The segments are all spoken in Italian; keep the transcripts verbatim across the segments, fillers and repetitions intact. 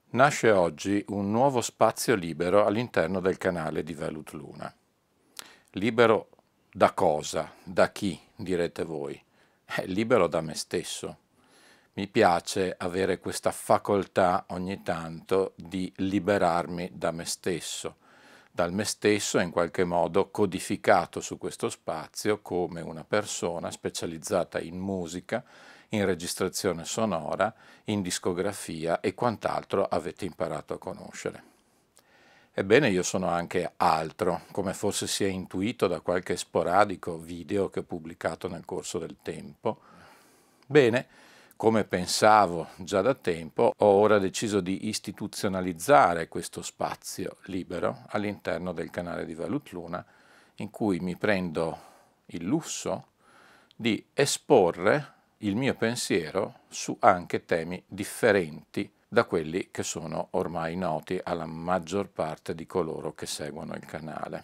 Nasce oggi un nuovo spazio libero all'interno del canale di Velut Luna. Libero da cosa? Da chi, direte voi? È libero da me stesso. Mi piace avere questa facoltà ogni tanto di liberarmi da me stesso, dal me stesso in qualche modo codificato su questo spazio come una persona specializzata in musica, in registrazione sonora, in discografia e quant'altro avete imparato a conoscere. Ebbene, io sono anche altro, come forse si è intuito da qualche sporadico video che ho pubblicato nel corso del tempo. Bene, come pensavo già da tempo, ho ora deciso di istituzionalizzare questo spazio libero all'interno del canale di Velut Luna, in cui mi prendo il lusso di esporre il mio pensiero su anche temi differenti da quelli che sono ormai noti alla maggior parte di coloro che seguono il canale.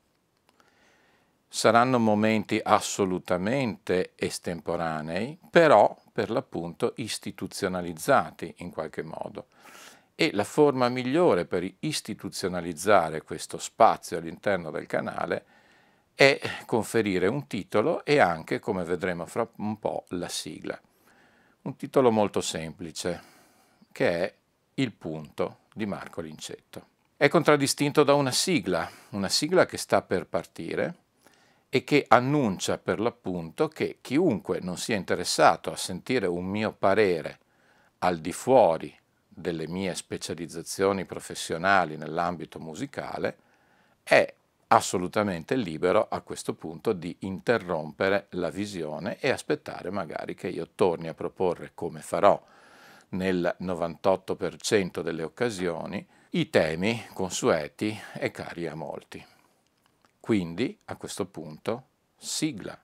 Saranno momenti assolutamente estemporanei, però per l'appunto istituzionalizzati in qualche modo. E la forma migliore per istituzionalizzare questo spazio all'interno del canale è conferire un titolo e anche, come vedremo fra un po', la sigla. Un titolo molto semplice, che è Il punto di Marco Lincetto. È contraddistinto da una sigla, una sigla che sta per partire e che annuncia per l'appunto che chiunque non sia interessato a sentire un mio parere al di fuori delle mie specializzazioni professionali nell'ambito musicale è assolutamente libero a questo punto di interrompere la visione e aspettare magari che io torni a proporre, come farò nel novantotto per cento delle occasioni, i temi consueti e cari a molti. Quindi, a questo punto, sigla.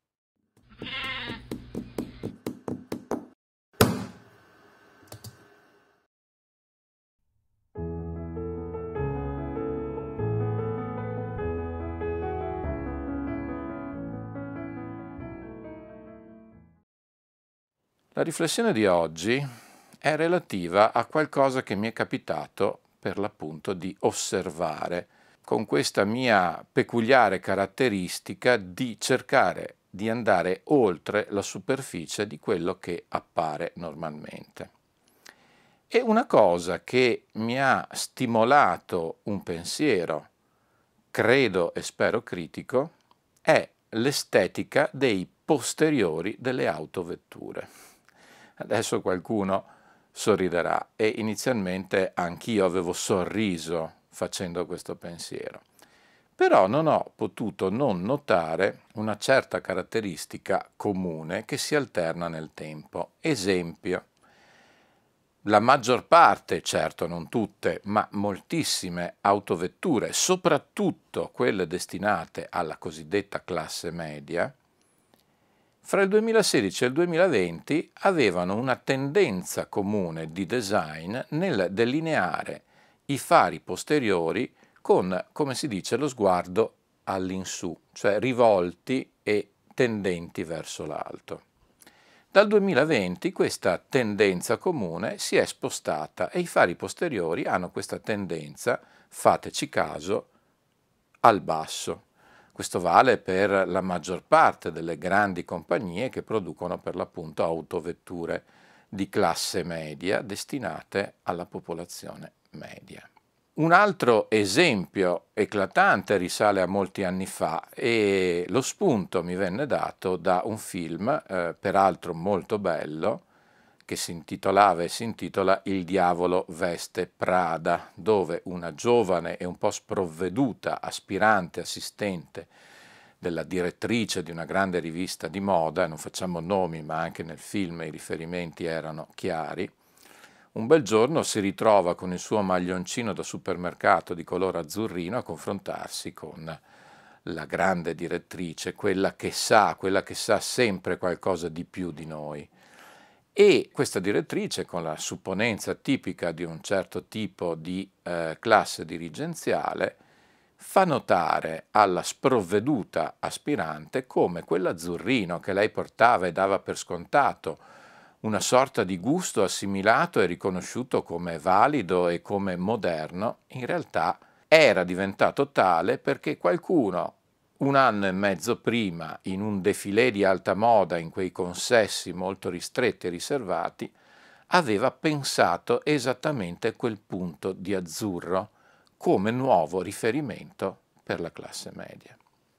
La riflessione di oggi è relativa a qualcosa che mi è capitato per l'appunto di osservare, con questa mia peculiare caratteristica di cercare di andare oltre la superficie di quello che appare normalmente. E una cosa che mi ha stimolato un pensiero, credo e spero critico, è l'estetica dei posteriori delle autovetture. Adesso qualcuno sorriderà e inizialmente anch'io avevo sorriso facendo questo pensiero. Però non ho potuto non notare una certa caratteristica comune che si alterna nel tempo. Esempio, la maggior parte, certo non tutte, ma moltissime autovetture, soprattutto quelle destinate alla cosiddetta classe media, fra il duemilasedici e il duemilaventi avevano una tendenza comune di design nel delineare i fari posteriori con, come si dice, lo sguardo all'insù, cioè rivolti e tendenti verso l'alto. Dal duemilaventi questa tendenza comune si è spostata e i fari posteriori hanno questa tendenza, fateci caso, al basso. Questo vale per la maggior parte delle grandi compagnie che producono per l'appunto autovetture di classe media destinate alla popolazione media. Un altro esempio eclatante risale a molti anni fa e lo spunto mi venne dato da un film, eh, peraltro molto bello, che si intitolava e si intitola Il diavolo veste Prada, dove una giovane e un po' sprovveduta aspirante assistente della direttrice di una grande rivista di moda, non facciamo nomi ma anche nel film i riferimenti erano chiari, un bel giorno si ritrova con il suo maglioncino da supermercato di colore azzurrino a confrontarsi con la grande direttrice, quella che sa, quella che sa sempre qualcosa di più di noi. E questa direttrice, con la supponenza tipica di un certo tipo di eh, classe dirigenziale, fa notare alla sprovveduta aspirante come quell'azzurrino che lei portava e dava per scontato una sorta di gusto assimilato e riconosciuto come valido e come moderno, in realtà era diventato tale perché qualcuno un anno e mezzo prima, in un defilé di alta moda, in quei consessi molto ristretti e riservati, aveva pensato esattamente quel punto di azzurro come nuovo riferimento per la classe media.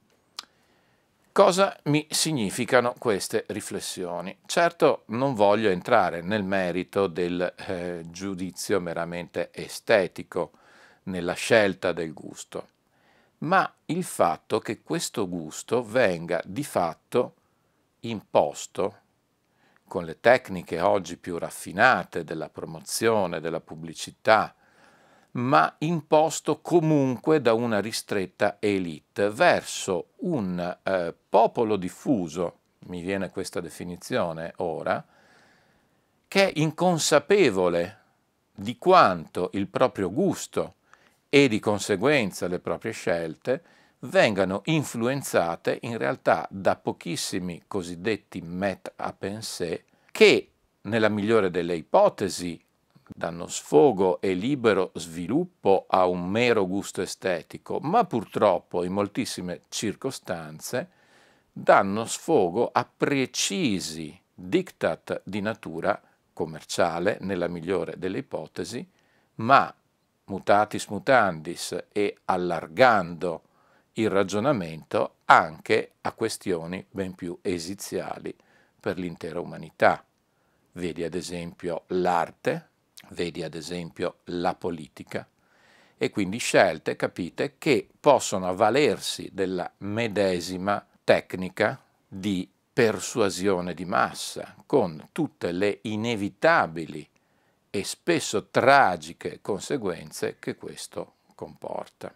Cosa mi significano queste riflessioni? Certo, non voglio entrare nel merito del eh, giudizio meramente estetico nella scelta del gusto, ma il fatto che questo gusto venga di fatto imposto con le tecniche oggi più raffinate della promozione, della pubblicità, ma imposto comunque da una ristretta elite verso un eh, popolo diffuso, mi viene questa definizione ora, che è inconsapevole di quanto il proprio gusto e di conseguenza le proprie scelte vengano influenzate in realtà da pochissimi cosiddetti maître à penser che, nella migliore delle ipotesi, danno sfogo e libero sviluppo a un mero gusto estetico, ma purtroppo in moltissime circostanze danno sfogo a precisi diktat di natura commerciale, nella migliore delle ipotesi, ma mutatis mutandis e allargando il ragionamento anche a questioni ben più esiziali per l'intera umanità. Vedi ad esempio l'arte, vedi ad esempio la politica, e quindi scelte, capite, che possono avvalersi della medesima tecnica di persuasione di massa, con tutte le inevitabili e spesso tragiche conseguenze che questo comporta.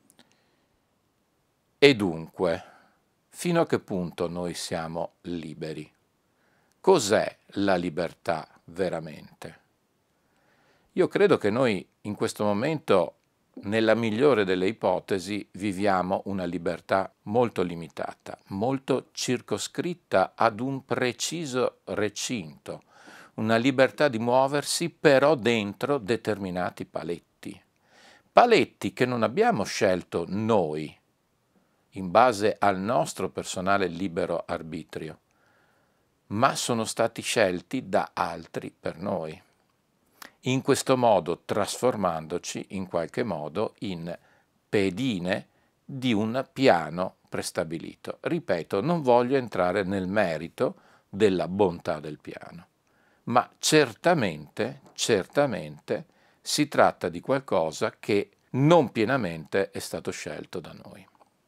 E dunque, fino a che punto noi siamo liberi? Cos'è la libertà veramente? Io credo che noi in questo momento, nella migliore delle ipotesi, viviamo una libertà molto limitata, molto circoscritta ad un preciso recinto, una libertà di muoversi però dentro determinati paletti. Paletti che non abbiamo scelto noi, in base al nostro personale libero arbitrio, ma sono stati scelti da altri per noi, in questo modo trasformandoci in qualche modo in pedine di un piano prestabilito. Ripeto, non voglio entrare nel merito della bontà del piano, ma certamente, certamente si tratta di qualcosa che non pienamente è stato scelto da noi.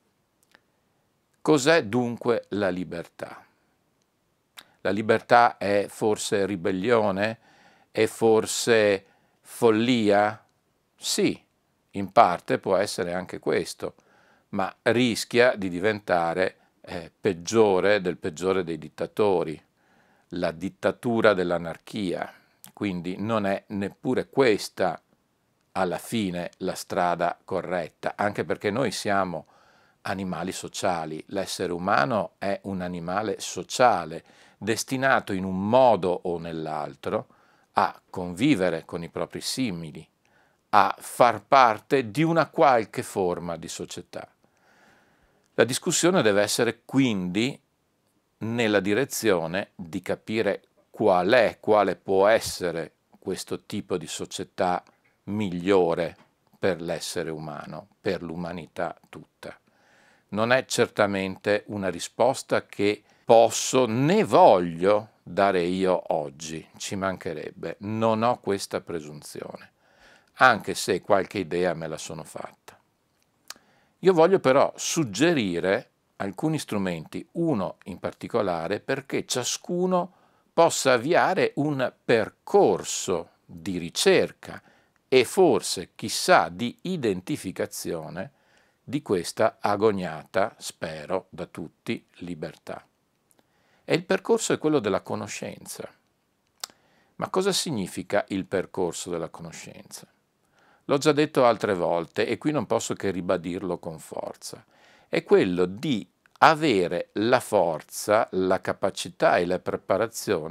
Cos'è dunque la libertà? La libertà è forse ribellione? È forse follia? Sì, in parte può essere anche questo, ma rischia di diventare eh, peggiore del peggiore dei dittatori, la dittatura dell'anarchia. Quindi non è neppure questa alla fine la strada corretta, anche perché noi siamo animali sociali, l'essere umano è un animale sociale, destinato in un modo o nell'altro a convivere con i propri simili, a far parte di una qualche forma di società. La discussione deve essere quindi nella direzione di capire qual è, quale può essere questo tipo di società migliore per l'essere umano, per l'umanità tutta. Non è certamente una risposta che posso né voglio dare io oggi, ci mancherebbe, non ho questa presunzione, anche se qualche idea me la sono fatta. Io voglio però suggerire alcuni strumenti, uno in particolare, perché ciascuno possa avviare un percorso di ricerca e forse, chissà, di identificazione di questa agoniata, spero, da tutti, libertà. E il percorso è quello della conoscenza. Ma cosa significa il percorso della conoscenza? L'ho già detto altre volte e qui non posso che ribadirlo con forza. È quello di avere la forza, la capacità e la preparazione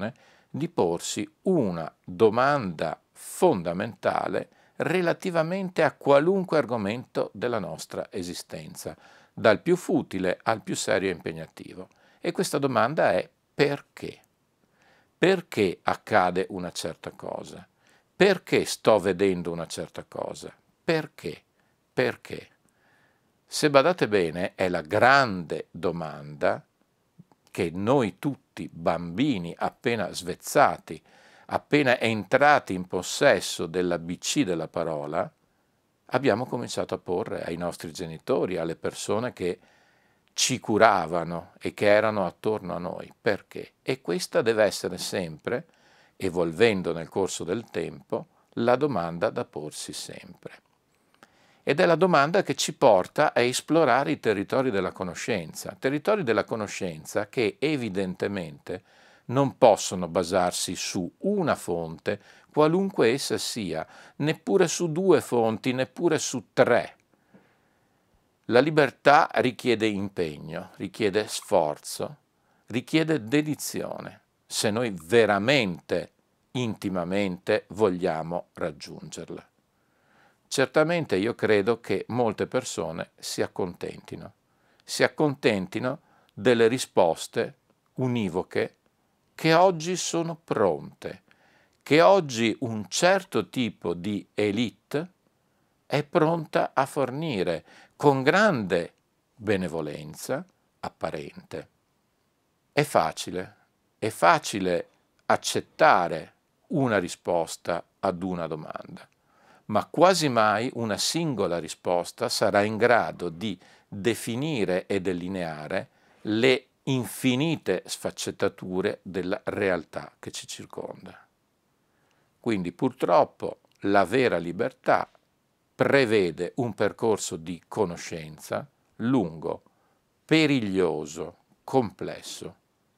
di porsi una domanda fondamentale relativamente a qualunque argomento della nostra esistenza, dal più futile al più serio e impegnativo. E questa domanda è: perché? Perché accade una certa cosa? Perché sto vedendo una certa cosa? Perché? Perché? Se badate bene, è la grande domanda che noi tutti, bambini appena svezzati, appena entrati in possesso dell'A B C della parola, abbiamo cominciato a porre ai nostri genitori, alle persone che ci curavano e che erano attorno a noi. Perché? E questa deve essere sempre, evolvendo nel corso del tempo, la domanda da porsi sempre. Ed è la domanda che ci porta a esplorare i territori della conoscenza, territori della conoscenza che evidentemente non possono basarsi su una fonte, qualunque essa sia, neppure su due fonti, neppure su tre. La libertà richiede impegno, richiede sforzo, richiede dedizione, se noi veramente, intimamente vogliamo raggiungerla. Certamente io credo che molte persone si accontentino, si accontentino delle risposte univoche che oggi sono pronte, che oggi un certo tipo di elite è pronta a fornire con grande benevolenza apparente. È facile, è facile accettare una risposta ad una domanda, ma quasi mai una singola risposta sarà in grado di definire e delineare le infinite sfaccettature della realtà che ci circonda. Quindi purtroppo la vera libertà prevede un percorso di conoscenza lungo, periglioso, complesso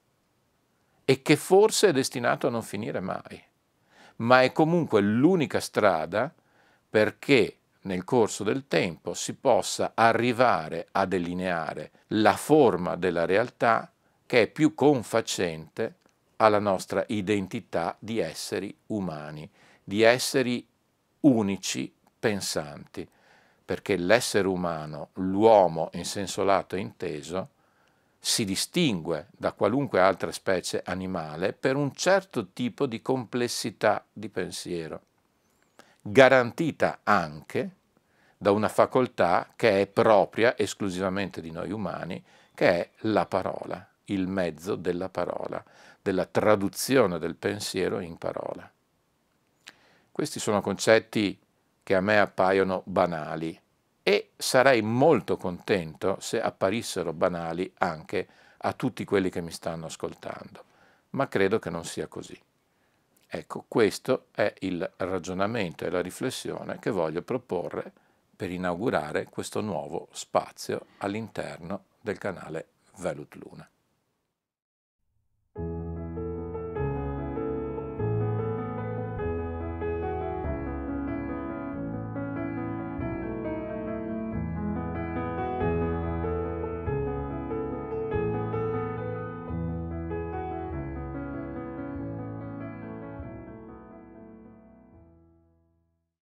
e che forse è destinato a non finire mai, ma è comunque l'unica strada perché nel corso del tempo si possa arrivare a delineare la forma della realtà che è più confacente alla nostra identità di esseri umani, di esseri unici pensanti, perché l'essere umano, l'uomo in senso lato e inteso, si distingue da qualunque altra specie animale per un certo tipo di complessità di pensiero, garantita anche da una facoltà che è propria esclusivamente di noi umani, che è la parola, il mezzo della parola, della traduzione del pensiero in parola. Questi sono concetti che a me appaiono banali e sarei molto contento se apparissero banali anche a tutti quelli che mi stanno ascoltando, ma credo che non sia così. Ecco, questo è il ragionamento e la riflessione che voglio proporre per inaugurare questo nuovo spazio all'interno del canale Velut Luna.